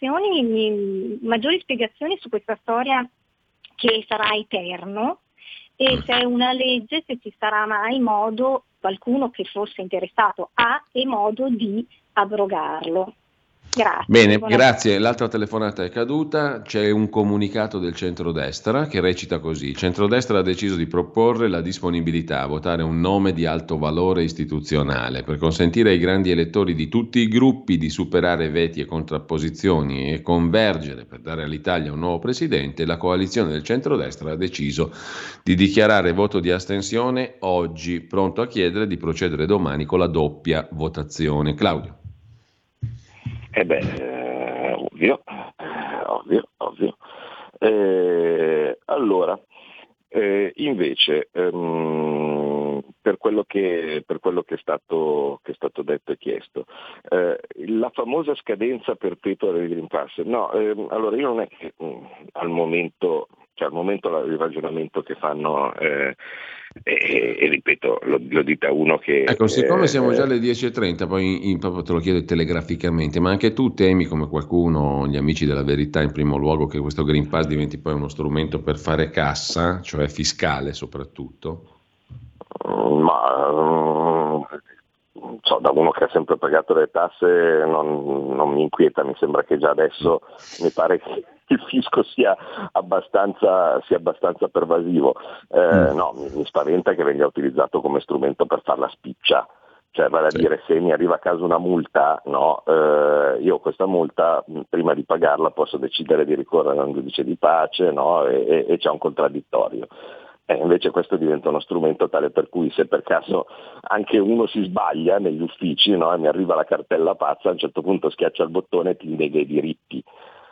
maggiori spiegazioni su questa storia che sarà eterno e se è una legge, se ci sarà mai modo, qualcuno che fosse interessato e modo di abrogarlo. Grazie. Bene, grazie. L'altra telefonata è caduta. C'è un comunicato del centrodestra che recita così: il centrodestra ha deciso di proporre la disponibilità a votare un nome di alto valore istituzionale per consentire ai grandi elettori di tutti i gruppi di superare veti e contrapposizioni e convergere per dare all'Italia un nuovo presidente. La coalizione del centrodestra ha deciso di dichiarare voto di astensione oggi, pronto a chiedere di procedere domani con la doppia votazione. Claudio. Ovvio. Allora, invece, per quello che è stato detto e chiesto, la famosa scadenza perpetua del Green Pass, allora io non è che al momento il ragionamento che fanno e ripeto, lo dite a uno che... Ecco, siccome siamo già alle 10.30, poi proprio te lo chiedo telegraficamente, ma anche tu temi, come qualcuno, gli amici della verità in primo luogo, che questo Green Pass diventi poi uno strumento per fare cassa, cioè fiscale soprattutto? Da uno che ha sempre pagato le tasse non mi inquieta, mi sembra che già adesso mi pare che il fisco sia abbastanza pervasivo. Mi spaventa che venga utilizzato come strumento per far la spiccia, cioè vale a dire, se mi arriva a casa una multa, io questa multa prima di pagarla posso decidere di ricorrere a un giudice di pace, e c'è un contraddittorio. Invece questo diventa uno strumento tale per cui se per caso anche uno si sbaglia negli uffici, no, e mi arriva la cartella pazza, a un certo punto schiaccia il bottone e ti nega i diritti.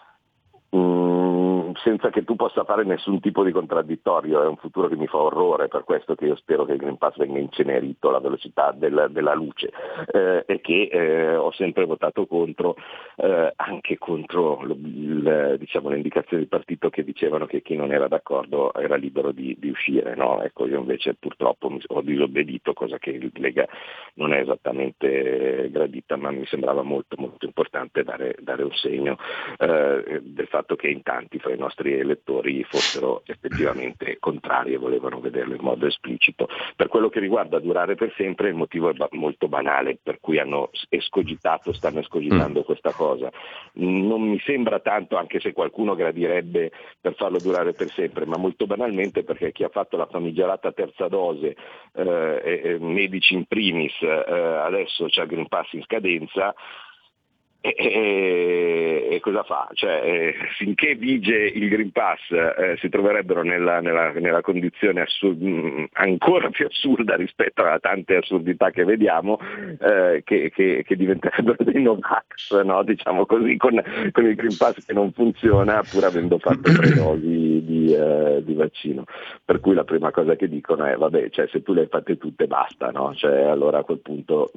Senza che tu possa fare nessun tipo di contraddittorio. È un futuro che mi fa orrore, per questo che io spero che il Green Pass venga incenerito alla velocità della luce, e che ho sempre votato contro, anche contro le indicazioni del partito che dicevano che chi non era d'accordo era libero di uscire, no? Ecco, io invece purtroppo ho disobbedito, cosa che il Lega non è esattamente gradita, ma mi sembrava molto molto importante dare un segno del fatto che in tanti fra i nostri elettori fossero effettivamente contrari e volevano vederlo in modo esplicito. Per quello che riguarda durare per sempre, il motivo è molto banale per cui stanno escogitando questa cosa. Non mi sembra tanto, anche se qualcuno gradirebbe per farlo durare per sempre, ma molto banalmente perché chi ha fatto la famigerata terza dose, medici in primis, adesso c'ha il Green Pass in scadenza. E cosa fa? Finché vige il Green Pass si troverebbero nella condizione ancora più assurda rispetto a tante assurdità che vediamo, che diventerebbero dei Novax, no? Diciamo così, con il Green Pass che non funziona pur avendo fatto 3 dosi di vaccino. Per cui la prima cosa che dicono è se tu le hai fatte tutte basta, no? Allora a quel punto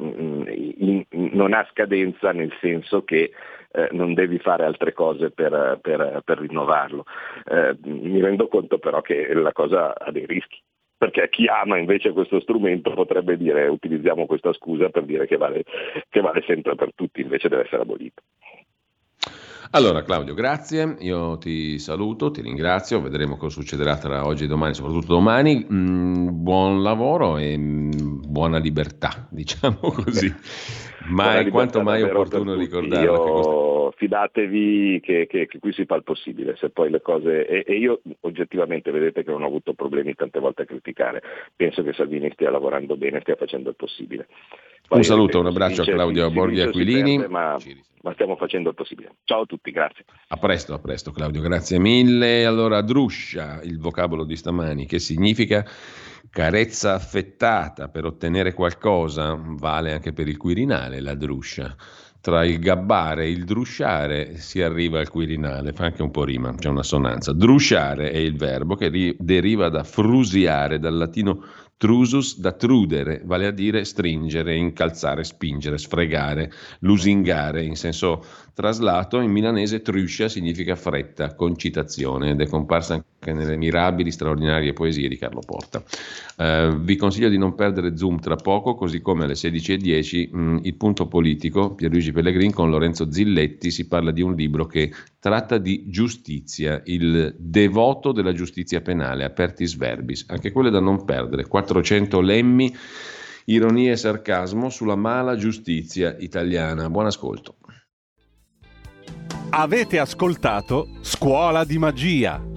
non ha scadenza, nel senso che non devi fare altre cose per rinnovarlo. Mi rendo conto però che la cosa ha dei rischi, perché chi ama invece questo strumento potrebbe dire utilizziamo questa scusa per dire che vale sempre per tutti, invece deve essere abolito. Allora Claudio, grazie, io ti saluto, ti ringrazio, vedremo cosa succederà tra oggi e domani, soprattutto domani. Buon lavoro e buona libertà, diciamo così. Ma è quanto mai opportuno ricordare. Fidatevi che qui si fa il possibile, se poi le cose. E io oggettivamente vedete che non ho avuto problemi tante volte a criticare. Penso che Salvini stia lavorando bene, stia facendo il possibile. Poi, un saluto, un abbraccio a Claudio Borghi Aquilini. Ma stiamo facendo il possibile. Ciao a tutti, grazie. A presto Claudio, grazie mille. Allora, druscia, il vocabolo di stamani, che significa carezza affettata per ottenere qualcosa, vale anche per il Quirinale, la druscia. Tra il gabbare e il drusciare si arriva al Quirinale, fa anche un po' rima, c'è una assonanza. Drusciare è il verbo che deriva da frusiare, dal latino trusus, da trudere, vale a dire stringere, incalzare, spingere, sfregare, lusingare in senso traslato. In milanese truscia significa fretta, concitazione, ed è comparsa anche nelle mirabili, straordinarie poesie di Carlo Porta. Vi consiglio di non perdere Zoom tra poco, così come alle 16:10 il punto politico, Pierluigi Pellegrin con Lorenzo Zilletti, si parla di un libro che tratta di giustizia, il devoto della giustizia penale, apertis verbis, anche quello da non perdere, 400 lemmi, ironia e sarcasmo sulla mala giustizia italiana. Buon ascolto. Avete ascoltato Scuola di Magia.